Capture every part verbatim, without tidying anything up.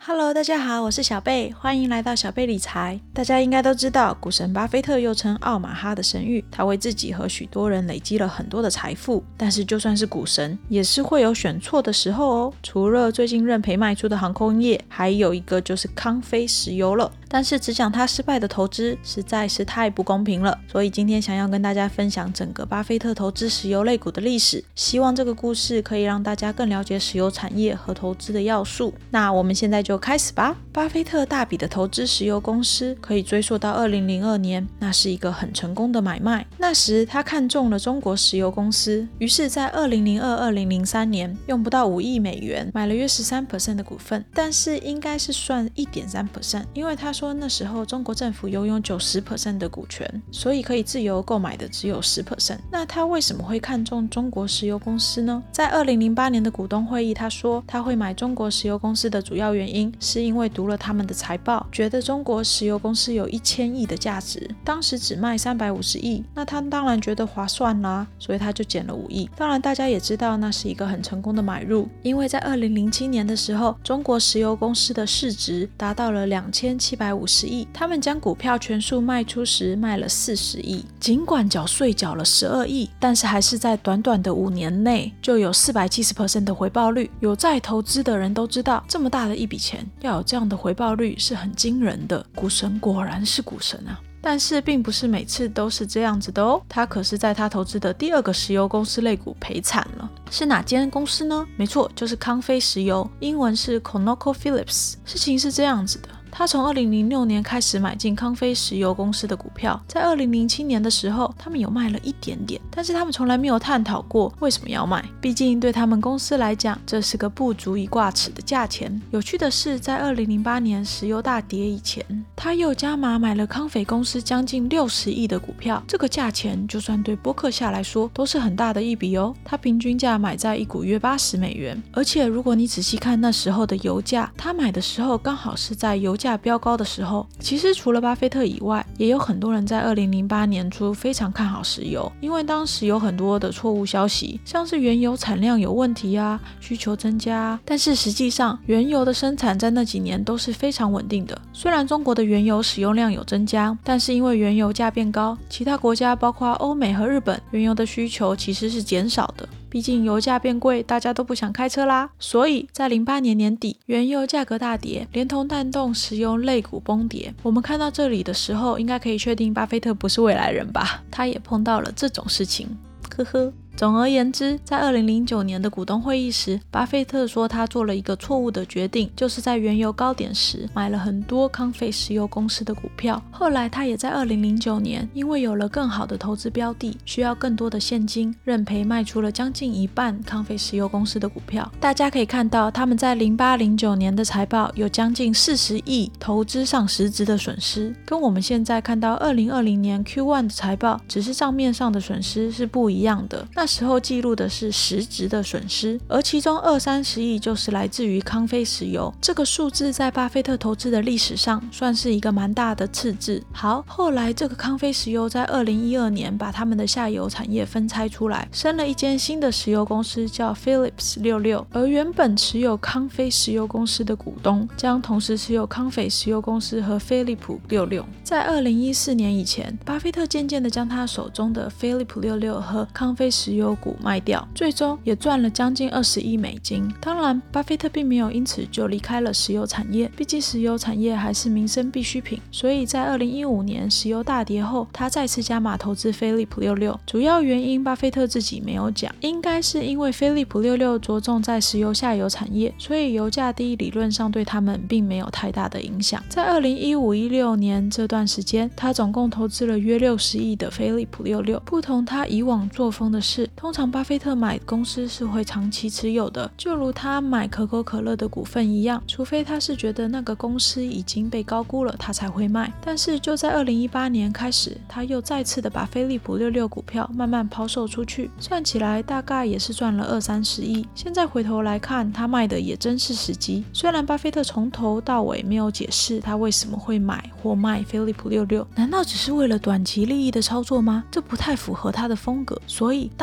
Hello， 大家好，我是小贝，欢迎来到小贝理财。大家应该都知道，股神巴菲特又称奥马哈的神谕，他为自己和许多人累积了很多的财富。但是就算是股神，也是会有选错的时候哦。除了最近认赔卖出的航空业，还有一个就是康菲石油了。但是只讲他失败的投资，实在是太不公平了。所以今天想要跟大家分享整个巴菲特投资石油类股的历史，希望这个故事可以让大家更了解石油产业和投资的要素。那我们现在就开始吧。巴菲特大笔的投资石油公司可以追溯到二零零二年，那是一个很成功的买卖。那时他看中了中国石油公司，于是在二零零二、二零零三年用不到五亿美元买了约 百分之十三 的股份，但是应该是算 百分之一点三， 因为他说那时候中国政府拥有 百分之九十 的股权，所以可以自由购买的只有 百分之十。 那他为什么会看中中国石油公司呢？在二零零八年的股东会议，他说他会买中国石油公司的主要原因是因为读了他们的财报，觉得中国石油公司有一千亿的价值，当时只卖三百五十亿，那他当然觉得划算啦，所以他就减了五亿。当然大家也知道那是一个很成功的买入，因为在二零零七年的时候，中国石油公司的市值达到了两千七百五十亿，他们将股票全数卖出时卖了四十亿，尽管缴税缴了十二亿，但是还是在短短的五年内就有 百分之四百七十 的回报率。有在投资的人都知道，这么大的一笔钱要有这样的回报率是很惊人的，股神果然是股神啊。但是并不是每次都是这样子的哦，他可是在他投资的第二个石油公司类股赔惨了。是哪间公司呢？没错，就是康菲石油，英文是 ConocoPhillips。 事情是这样子的，他从二零零六年开始买进康菲石油公司的股票，在二零零七年的时候他们有卖了一点点，但是他们从来没有探讨过为什么要卖，毕竟对他们公司来讲这是个不足以挂齿的价钱。有趣的是，在二零零八年石油大跌以前，他又加码买了康菲公司将近六十亿的股票，这个价钱就算对波克夏来说都是很大的一笔哦，他平均价买在一股约八十美元。而且如果你仔细看那时候的油价，他买的时候刚好是在油价飙高的时候。其实除了巴菲特以外，也有很多人在二零零八年初非常看好石油，因为当时有很多的错误消息，像是原油产量有问题啊，需求增加啊，但是实际上原油的生产在那几年都是非常稳定的。虽然中国的原油使用量有增加，但是因为原油价变高，其他国家包括欧美和日本原油的需求其实是减少的，毕竟油价变贵，大家都不想开车啦。所以在零八年年底，原油价格大跌，连同带动石油类股崩跌。我们看到这里的时候，应该可以确定巴菲特不是未来人吧？他也碰到了这种事情，呵呵。总而言之，在二零零九年的股东会议时，巴菲特说他做了一个错误的决定，就是在原油高点时买了很多康菲石油公司的股票。后来他也在二零零九年因为有了更好的投资标的，需要更多的现金，认赔卖出了将近一半康菲石油公司的股票。大家可以看到，他们在零八零九年的财报有将近四十亿投资上实质的损失，跟我们现在看到二零二零年 Q 一 的财报只是账面上的损失是不一样的。那时候记录的是实质的损失，而其中二三十亿就是来自于康菲石油。这个数字在巴菲特投资的历史上算是一个蛮大的赤字。好，后来这个康菲石油在二零一二年把他们的下游产业分拆出来，生了一间新的石油公司叫 Phillips 六六，而原本持有康菲石油公司的股东将同时持有康菲石油公司和飞利浦六六。在二零一四年以前，巴菲特渐渐的将他手中的飞利浦六六和康菲石油股卖掉，最终也赚了将近二十亿美金。当然巴菲特并没有因此就离开了石油产业，毕竟石油产业还是民生必需品，所以在二零一五年石油大跌后，他再次加码投资飞利浦六六。主要原因巴菲特自己没有讲，应该是因为飞利浦六六着重在石油下游产业，所以油价低理论上对他们并没有太大的影响。在二零一五、一六年这段时间，他总共投资了约六十亿的飞利浦六六。不同他以往作风的是，通常巴菲特买公司是会长期持有的，就如他买可口可乐的股份一样，除非他是觉得那个公司已经被高估了，他才会卖。但是就在二零一八年开始，他又再次的把飞利浦六六股票慢慢抛售出去，算起来大概也是赚了二三十亿。现在回头来看，他卖的也真是时机。虽然巴菲特从头到尾没有解释他为什么会买或卖飞利浦六六，难道只是为了短期利益的操作吗？这不太符合他的风格。所以当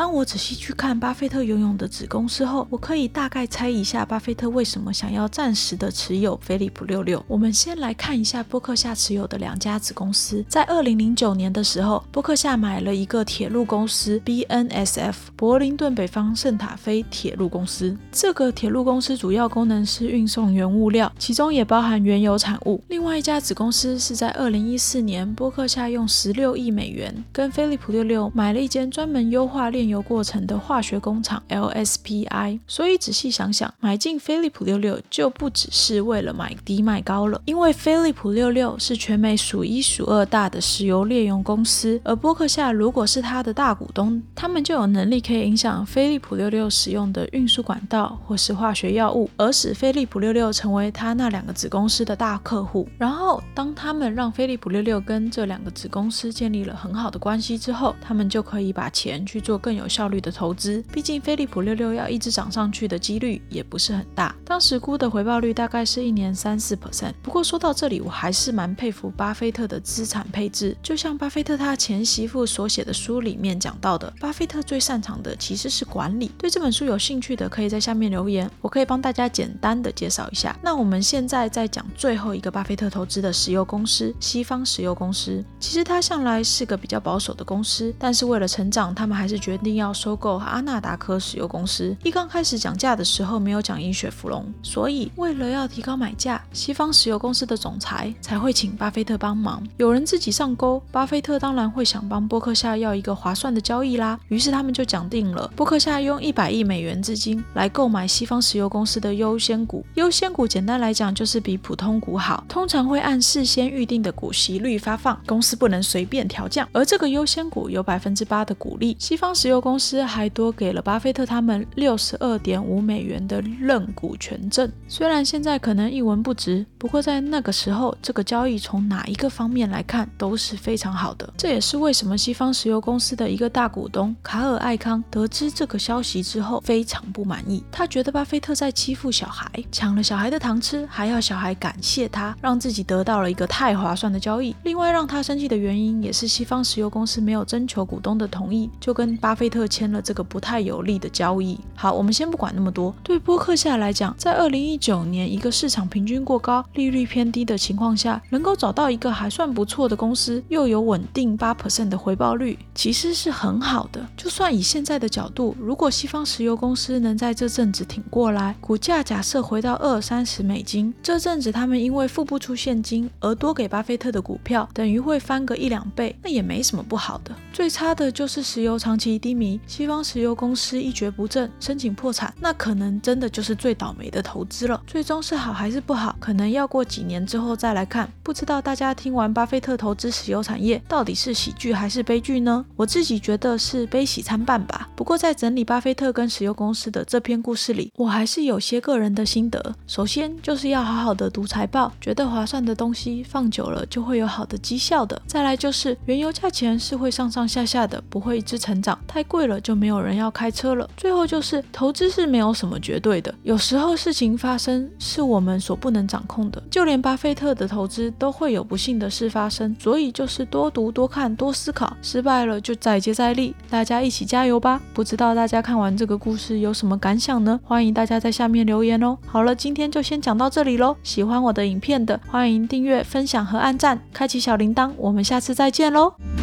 当我仔细去看巴菲特拥有的子公司后，我可以大概猜一下巴菲特为什么想要暂时的持有飞利浦六六。我们先来看一下波克夏持有的两家子公司。在二零零九年的时候，波克夏买了一个铁路公司 B N S F 伯林顿北方圣塔菲铁路公司。这个铁路公司主要功能是运送原物料，其中也包含原油产物。另外一家子公司是在二零一四年，波克夏用十六亿美元跟飞利浦六六买了一间专门优化炼油过程的化学工厂 L S P I。 所以仔细想想，买进飞利浦六六就不只是为了买低卖高了，因为飞利浦六六是全美数一数二大的石油炼油公司，而波克夏如果是他的大股东，他们就有能力可以影响飞利浦六六使用的运输管道或是化学药物，而使飞利浦六六成为他那两个子公司的大客户。然后当他们让飞利浦六六跟这两个子公司建立了很好的关系之后，他们就可以把钱去做更有效率的投资。毕竟飞利浦六六要一直涨上去的几率也不是很大，当时估的回报率大概是一年 百分之三四。 不过说到这里，我还是蛮佩服巴菲特的资产配置。就像巴菲特他前媳妇所写的书里面讲到的，巴菲特最擅长的其实是管理。对这本书有兴趣的可以在下面留言，我可以帮大家简单的介绍一下。那我们现在再讲最后一个巴菲特投资的石油公司，西方石油公司。其实它向来是个比较保守的公司，但是为了成长，他们还是决定要收购阿纳达科石油公司。一刚开始讲价的时候没有讲饮雪芙蓉，所以为了要提高买价，西方石油公司的总裁才会请巴菲特帮忙。有人自己上钩，巴菲特当然会想帮波克夏要一个划算的交易啦，于是他们就讲定了，波克夏用一百亿美元资金来购买西方石油公司的优先股。优先股简单来讲就是比普通股好，通常会按事先预定的股息率发放，公司不能随便调降，而这个优先股有 百分之八 的股利。西方石油公司还多给了巴菲特他们 六十二点五美元的认股权证。虽然现在可能一文不值，不过在那个时候，这个交易从哪一个方面来看都是非常好的。这也是为什么西方石油公司的一个大股东卡尔艾康得知这个消息之后非常不满意。他觉得巴菲特在欺负小孩，抢了小孩的糖吃，还要小孩感谢他，让自己得到了一个太划算的交易。另外让他生气的原因也是西方石油公司没有征求股东的同意，就跟巴菲特签了这个不太有利的交易。好，我们先不管那么多。对波克夏来讲，在二零一九年一个市场平均过高、利率偏低的情况下，能够找到一个还算不错的公司，又有稳定 百分之八 的回报率，其实是很好的。就算以现在的角度，如果西方石油公司能在这阵子挺过来，股价假设回到二三十美金，这阵子他们因为付不出现金而多给巴菲特的股票，等于会翻个一两倍，那也没什么不好的。最差的就是石油长期低迷，西方石油公司一蹶不振，申请破产，那可能真的就是最倒霉的投资了。最终是好还是不好，可能要过几年之后再来看。不知道大家听完巴菲特投资石油产业到底是喜剧还是悲剧呢？我自己觉得是悲喜参半吧。不过在整理巴菲特跟石油公司的这篇故事里，我还是有些个人的心得。首先就是要好好的读财报，觉得划算的东西放久了就会有好的绩效的。再来就是原油价钱是会上上下下的，不会一直成长，太贵了就没有人要开车了。最后就是投资是没有什么绝对的，有时候事情发生是我们所不能掌控的，就连巴菲特的投资都会有不幸的事发生，所以就是多读多看多思考，失败了就再接再厉，大家一起加油吧。不知道大家看完这个故事有什么感想呢？欢迎大家在下面留言哦。好了，今天就先讲到这里咯。喜欢我的影片的，欢迎订阅分享和按赞，开启小铃铛，我们下次再见咯。